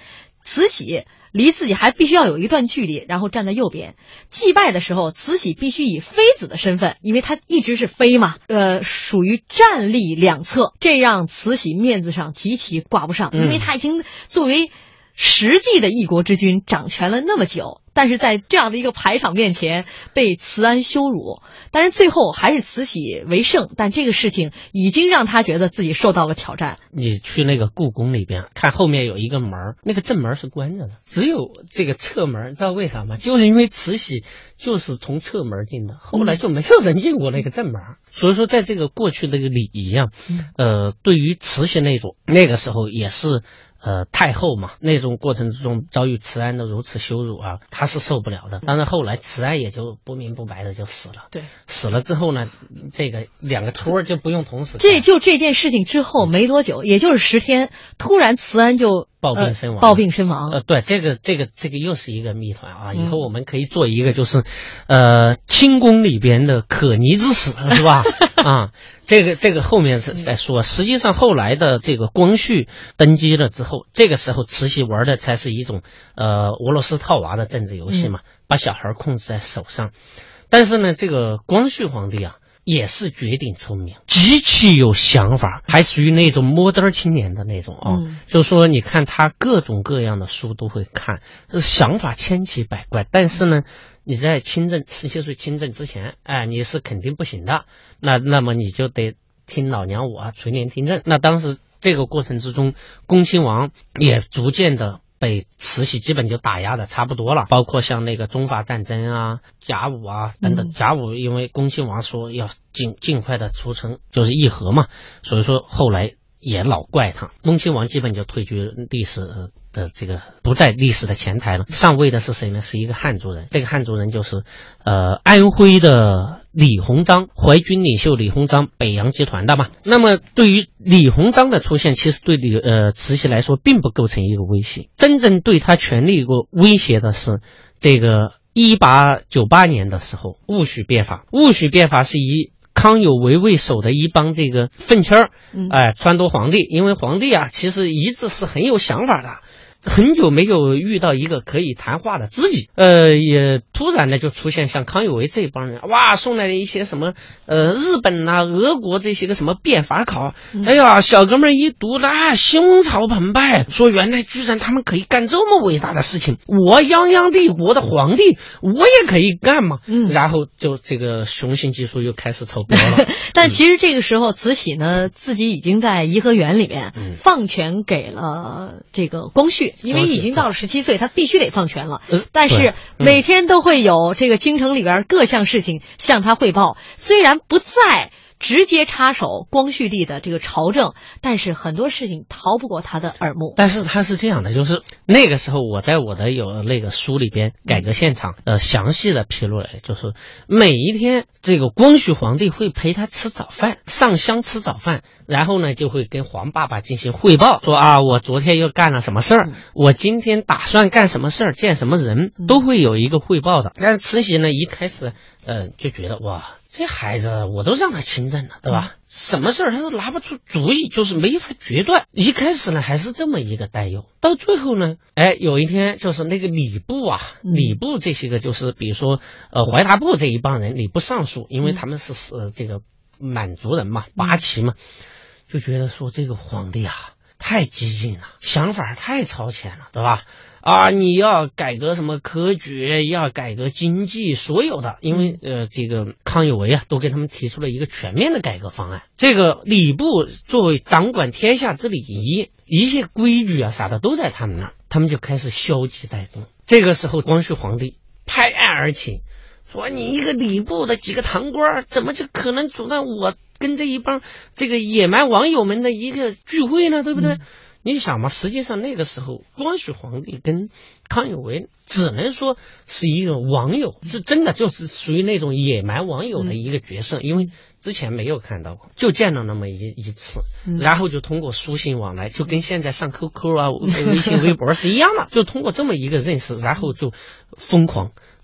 慈禧离自己还必须要有一段距离，然后站在右边。祭拜的时候，慈禧必须以妃子的身份，因为她一直是妃嘛，呃，属于站立两侧，这让慈禧面子上极其挂不上，因为她已经作为实际的一国之君掌权了那么久，但是在这样的一个排场面前被慈安羞辱，但是最后还是慈禧为胜，但这个事情已经让他觉得自己受到了挑战。 你去那个故宫里边看，后面有一个门，那个正门是关着的，只有这个侧门，知道为啥吗？就是因为慈禧就是从侧门进的，后来就没有人进过那个正门。嗯、所以说在这个过去的一个礼仪啊，呃，对于慈禧那种那个时候也是呃，太后嘛，那种过程之中遭遇慈安的如此羞辱啊，他是受不了的。当然后来慈安也就不明不白的就死了。对，死了之后呢，这个两个托就不用同时。 这就这件事情之后没多久，也就是十天，突然慈安就暴病身亡。 呃、暴病身亡。 呃，对，这个这个这个又是一个谜团啊！以后我们可以做一个，就是、嗯、呃，清宫里边的可疑之死，是吧？啊。这个这个后面是再说，实际上后来的这个光绪登基了之后，这个时候慈禧玩的才是一种呃俄罗斯套娃的政治游戏嘛，把小孩控制在手上。但是呢，这个光绪皇帝啊也是绝顶聪明，极其有想法，还属于那种摩登青年的那种啊、哦嗯。就是说你看他各种各样的书都会看，想法千奇百怪，但是呢。你在亲政十七岁亲政之前，哎，你是肯定不行的。那那么你就得听老娘我垂帘听政。那当时这个过程之中，恭亲王也逐渐的被慈禧基本就打压的差不多了，包括像那个中法战争啊、甲午啊等等。甲午因为恭亲王说要尽尽快的促成就是议和嘛，所以说后来也老怪他。恭亲王基本就退居历史的这个不在历史的前台了。上位的是谁呢？是一个汉族人。这个汉族人就是呃安徽的李鸿章，淮军领袖李鸿章，北洋集团的嘛。那么对于李鸿章的出现，其实对李呃慈禧来说并不构成一个威胁，真正对他权力一个威胁的是这个一八九八年的时候戊戌变法。戊戌变法是以康有为为首的一帮这个愤青儿，哎，撺掇皇帝，因为皇帝啊，其实一直是很有想法的。很久没有遇到一个可以谈话的知己，呃，也突然的就出现像康有为这帮人，哇，送来了一些什么，呃，日本啊、俄国这些个什么变法考，哎呀，小哥们一读啦，胸潮澎湃，说原来居然他们可以干这么伟大的事情，我泱泱帝国的皇帝，我也可以干嘛？嗯，然后就这个雄性激素又开始超标了。 但其实这个时候，慈禧呢自己已经在颐和园里面放权给了这个光绪。因为已经到了十七岁，他必须得放权了。但是每天都会有这个京城里边各项事情向他汇报，虽然不在直接插手光绪帝的这个朝政，但是很多事情逃不过他的耳目。 但是他是这样的，就是那个时候我在我的有那个书里边改革现场呃详细的披露了，就是每一天这个光绪皇帝会陪他吃早饭，上香吃早饭，然后呢就会跟皇爸爸进行汇报，说啊我昨天又干了什么事儿，我今天打算干什么事儿，见什么人，都会有一个汇报的。但是慈禧呢一开始呃就觉得哇，这孩子我都让他亲政了，对吧？嗯、什么事儿他都拿不出主意，就是没法决断。一开始呢还是这么一个担忧，到最后呢，哎，有一天就是那个礼部啊，嗯、礼部这些个就是比如说呃怀达部这一帮人，礼部尚书，因为他们是呃这个满族人嘛，八旗嘛，就觉得说这个皇帝啊太激进了，想法太超前了，对吧？啊，你要改革什么科举，要改革经济，所有的，因为呃，这个康有为啊，都给他们提出了一个全面的改革方案。这个礼部作为掌管天下之礼仪，一些规矩啊啥的都在他们那儿，他们就开始消极怠工。这个时候，光绪皇帝拍案而起，说你一个礼部的几个堂官，怎么就可能阻断我跟这一帮这个野蛮网友们的一个聚会呢？对不对？嗯，你想嘛，实际上那个时候光绪皇帝跟康有为只能说是一个网友，是真的就是属于那种野蛮网友的一个角色，因为之前没有看到过，就见了那么一一次，然后就通过书信往来，就跟现在上 Q Q 啊、微信、微博是一样的，就通过这么一个认识，然后就疯狂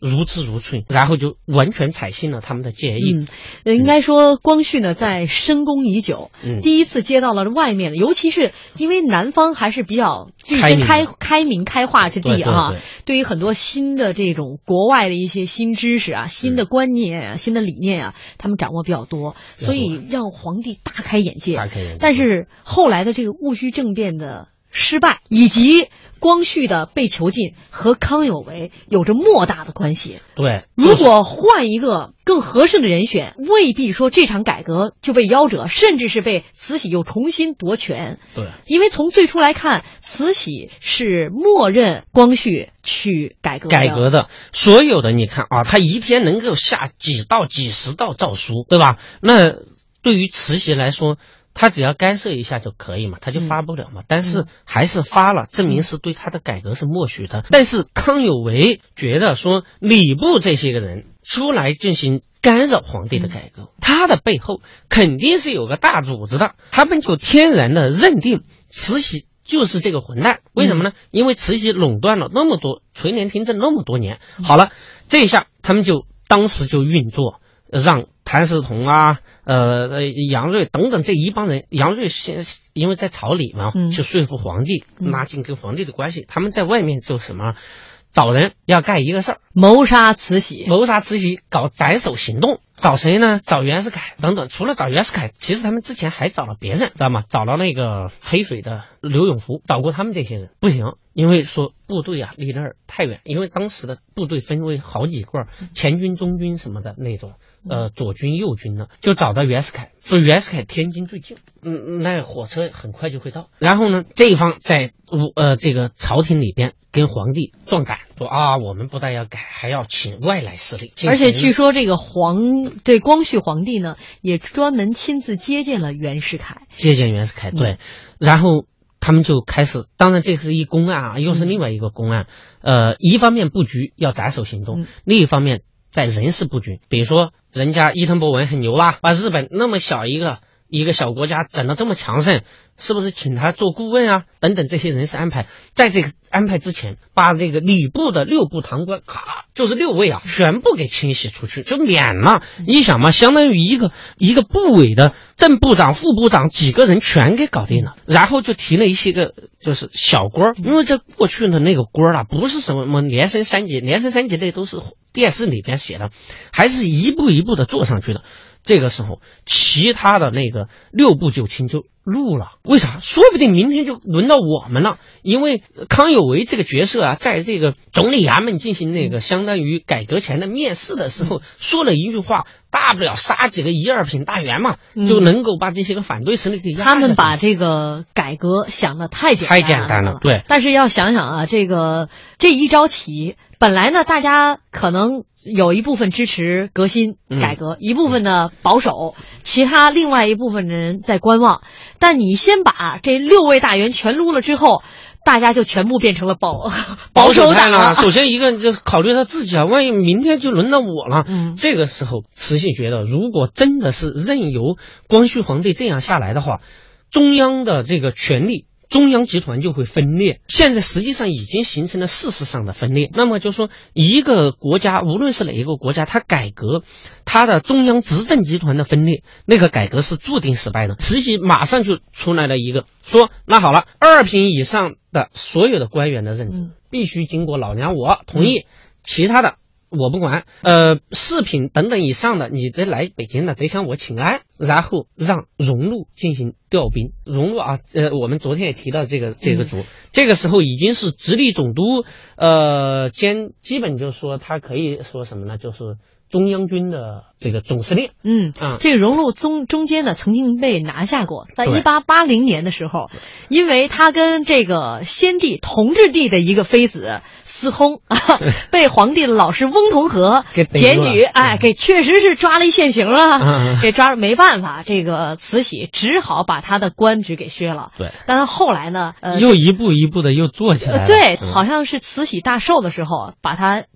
如痴如醉，然后就完全采信了他们的建议。 嗯，应该说光绪呢在深宫已久， 嗯， 第一次接到了外面的，尤其是因为南方还是比较最先开开明开化之地啊， 对对对， 对于很多新的这种国外的一些新知识啊、新的观念啊、新的理念啊，他们掌握比较多，所以让皇帝大开眼界。 大开眼界。 但是后来的这个戊戌政变的失败，以及光绪的被囚禁，和康有为有着莫大的关系。 对， 如果换一个更合适的人选，未必说这场改革就被夭折，甚至是被慈禧又重新夺权。 对， 因为从最初来看，慈禧是默认光绪去改革的改革的，所有的你看啊，他一天能够下几道、几十道诏书，对吧？那对于慈禧来说，他只要干涉一下就可以嘛，他就发不了嘛。嗯、但是还是发了，证明是对他的改革是默许的。嗯、但是康有为觉得说，礼部这些个人出来进行干扰皇帝的改革，嗯、他的背后肯定是有个大组织的，他们就天然的认定慈禧就是这个混蛋。为什么呢？嗯、因为慈禧垄断了那么多垂帘听政那么多年。好了，这一下他们就当时就运作，让谭嗣同啊，呃，杨锐等等这一帮人，杨锐先因为在朝里嘛， 嗯、 就说服皇帝，拉近跟皇帝的关系。嗯、他们在外面做什么？找人要干一个事儿， 谋杀慈禧， 谋杀慈禧，搞斩首行动。找谁呢？找袁世凯等等。除了找袁世凯，其实他们之前还找了别人，知道吗？找了那个黑水的刘永福，找过他们这些人，不行，因为说部队啊离那儿太远，因为当时的部队分为好几个，前军、中军什么的那种，呃，左军、右军呢，就找到袁世凯，说袁世凯天津最近，嗯，那火车很快就会到。然后呢，这一方在呃这个朝廷里边跟皇帝壮胆，说啊，我们不但要改，还要请外来势力。 而且据说这个皇这光绪皇帝呢，也专门亲自接见了袁世凯， 接见袁世凯，对，嗯、然后他们就开始，当然这是一公案啊，又是另外一个公案。嗯、呃，一方面布局要斩首行动，嗯、另一方面在人事布局，比如说人家伊藤博文很牛啦，把日本那么小一个一个小国家整得这么强盛，是不是请他做顾问啊？等等这些人事安排，在这个安排之前，把这个礼部的六部堂官，咔，就是六位啊，全部给清洗出去，就免了。你想嘛，相当于一个一个部委的正部长、副部长几个人全给搞定了，然后就提了一些个就是小官，因为这过去的那个官啊，不是什么连升三级，连升三级类都是电视里边写的，还是一步一步的做上去的。这个时候，其他的那个六部九卿就怒了，为啥？说不定明天就轮到我们了。因为康有为这个角色啊，在这个总理衙门进行那个相当于改革前的面试的时候，说了一句话，大不了杀几个一二品大员嘛，嗯、就能够把这些个反对势力给压下去。 他们把这个改革想得太简单了， 太简单了，对。 但是要想想啊，这个这一招棋，本来呢，大家可能有一部分支持革新改革，嗯、一部分呢保守，其他另外一部分人在观望。但你先把这六位大员全撸了之后，大家就全部变成了保保守党了。 首先一个就考虑到自己啊，万一明天就轮到我了。 嗯， 这个时候慈禧觉得，如果真的是任由光绪皇帝这样下来的话，中央的这个权力，中央集团就会分裂，现在实际上已经形成了事实上的分裂。那么就说一个国家，无论是哪一个国家，它改革，它的中央执政集团的分裂，那个改革是注定失败的。慈禧马上就出来了一个说，那好了，二品以上的所有的官员的任职、嗯、必须经过老娘我同意，嗯、其他的我不管，呃，四品等等以上的，你得来北京的，得向我请安，然后让荣禄进行调兵。荣禄啊，呃，我们昨天也提到这个这个族，嗯、这个时候已经是直隶总督，呃，兼基本就是说他可以说什么呢？就是中央军的这个总司令。 嗯啊，这个荣禄中中间呢曾经被拿下过，在一八八零年的时候，因为他跟这个先帝同治帝的一个妃子私通啊，被皇帝的老师翁同龢检举，哎，给确实是抓了一现行了，嗯、给抓没办法，这个慈禧只好把他的官职给削了。 对， 但是后来呢，呃， 又一步一步的又做起来了。 对，好像是慈禧大寿的时候把他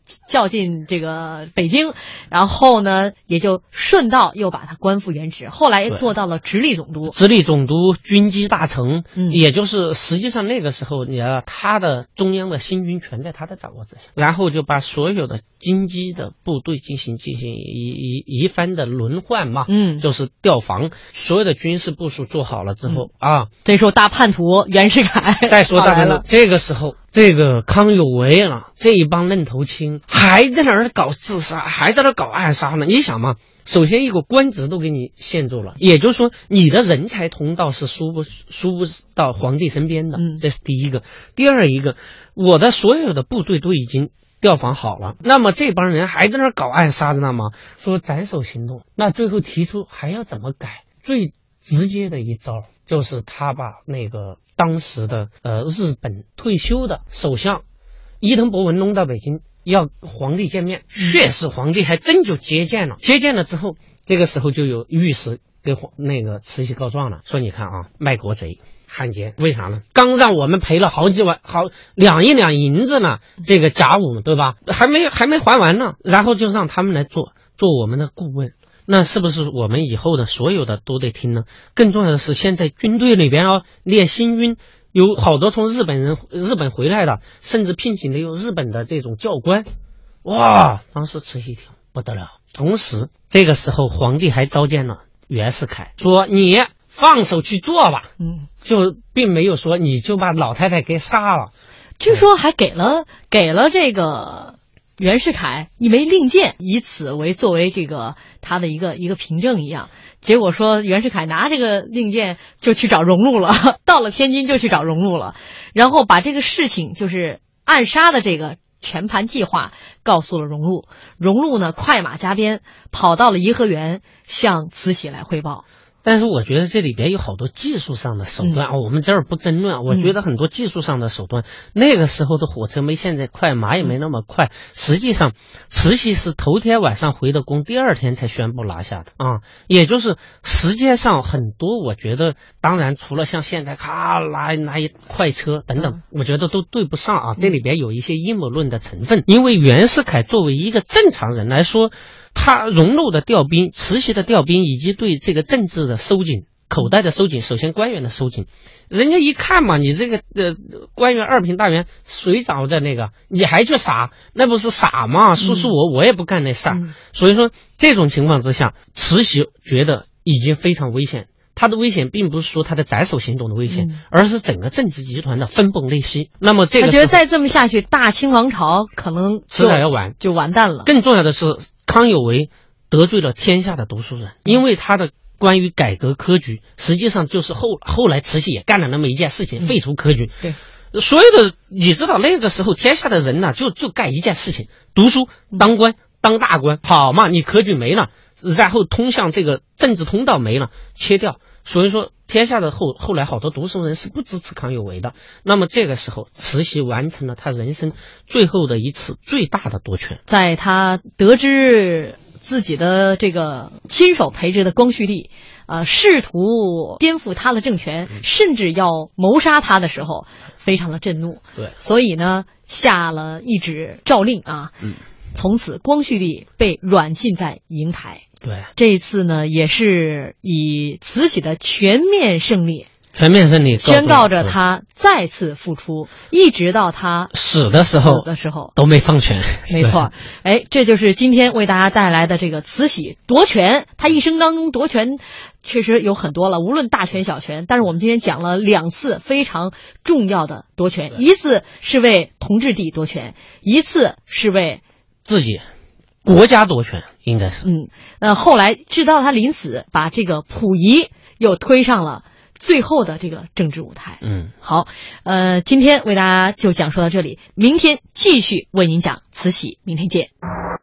叫进这个北京，然后呢，也就顺道又把他官复原职，后来也做到了直隶总督。 直隶总督、军机大臣， 嗯， 也就是实际上那个时候，你看他的中央的新军全在他的掌握之下，然后就把所有的京畿的部队进行进行一一一番的轮换嘛， 嗯， 就是调防，所有的军事部署做好了之后、嗯、啊， 这时候大叛徒袁世凯再说大叛徒，这个时候这个康有为了这一帮愣头青还在那儿搞自杀，还在那儿搞暗杀呢。你想嘛，首先一个官职都给你限住了，也就是说你的人才通道是输不输不到皇帝身边的， 嗯， 这是第一个。第二一个，我的所有的部队都已经调防好了，那么这帮人还在那儿搞暗杀呢吗？说斩首行动，那最后提出还要怎么改？最直接的一招就是他把那个当时的呃日本退休的首相伊藤博文弄到北京要皇帝见面，确实皇帝还真就接见了。接见了之后，这个时候就有御史给那个慈禧告状了，说你看啊，卖国贼汉奸，为啥呢？刚让我们赔了好几万好两亿两银子呢，这个甲午对吧？还没还没还完呢，然后就让他们来做做我们的顾问。那是不是我们以后的所有的都得听呢？更重要的是，现在军队里边啊练新军，有好多从日本人日本回来的，甚至聘请的有日本的这种教官。哇，当时慈禧一听不得了。同时这个时候皇帝还召见了袁世凯，说你放手去做吧， 嗯， 就并没有说你就把老太太给杀了。 据说还给了给了这个袁世凯一枚令箭，以此为作为这个他的一个一个凭证一样。结果说袁世凯拿这个令箭就去找荣禄了，到了天津就去找荣禄了，然后把这个事情就是暗杀的这个全盘计划告诉了荣禄。荣禄呢快马加鞭跑到了颐和园向慈禧来汇报。 但是我觉得这里边有好多技术上的手段、嗯哦、我们这儿不争论。我觉得很多技术上的手段、嗯、那个时候的火车没现在快，马也没那么快、嗯、实际上慈禧是头天晚上回的宫，第二天才宣布拿下的啊、嗯，也就是时间上很多，我觉得当然除了像现在咔拿拿一快车等等、嗯、我觉得都对不上啊，这里边有一些阴谋论的成分。因为袁世凯作为一个正常人来说，他荣禄的调兵、慈禧的调兵以及对这个政治的收紧、口袋的收紧，首先官员的收紧，人家一看嘛，你这个呃官员二品大员谁找的那个，你还去傻，那不是傻吗？说是我，我也不干那事儿、嗯。所以说这种情况之下，慈禧觉得已经非常危险。他的危险并不是说他的斩首行动的危险、嗯，而是整个政治集团的分崩裂析。那么这个， 他觉得再这么下去，大清王朝可能迟早要完， 就完蛋了。 更重要的是，康有为得罪了天下的读书人，因为他的关于改革科举，实际上就是后后来慈禧也干了那么一件事情，废除科举。 对， 所有的你知道那个时候天下的人呢、啊，就就干一件事情，读书当官当大官，好嘛，你科举没了，然后通向这个政治通道没了，切掉。所以说天下的后后来好多读书人是不支持康有为的。那么这个时候慈禧完成了他人生最后的一次最大的夺权。 在他得知自己的这个亲手培植的光绪帝呃，试图颠覆他的政权、嗯、甚至要谋杀他的时候，非常的震怒。 对， 所以呢下了一纸诏令啊， 嗯， 从此光绪帝被软禁在瀛台。 对， 这一次呢也是以慈禧的全面胜利全面胜利宣告着他再次复出，一直到他死的时候死的时候都没放权。 没错，哎，这就是今天为大家带来的这个慈禧夺权。他一生当中夺权确实有很多了，无论大权小权，但是我们今天讲了两次非常重要的夺权，一次是为同治帝夺权，一次是为自己国家夺权，应该是。 嗯，那后来直到他临死，把这个溥仪又推上了最后的这个政治舞台。 嗯， 好，呃，今天为大家就讲述到这里，明天继续为您讲慈禧，明天见。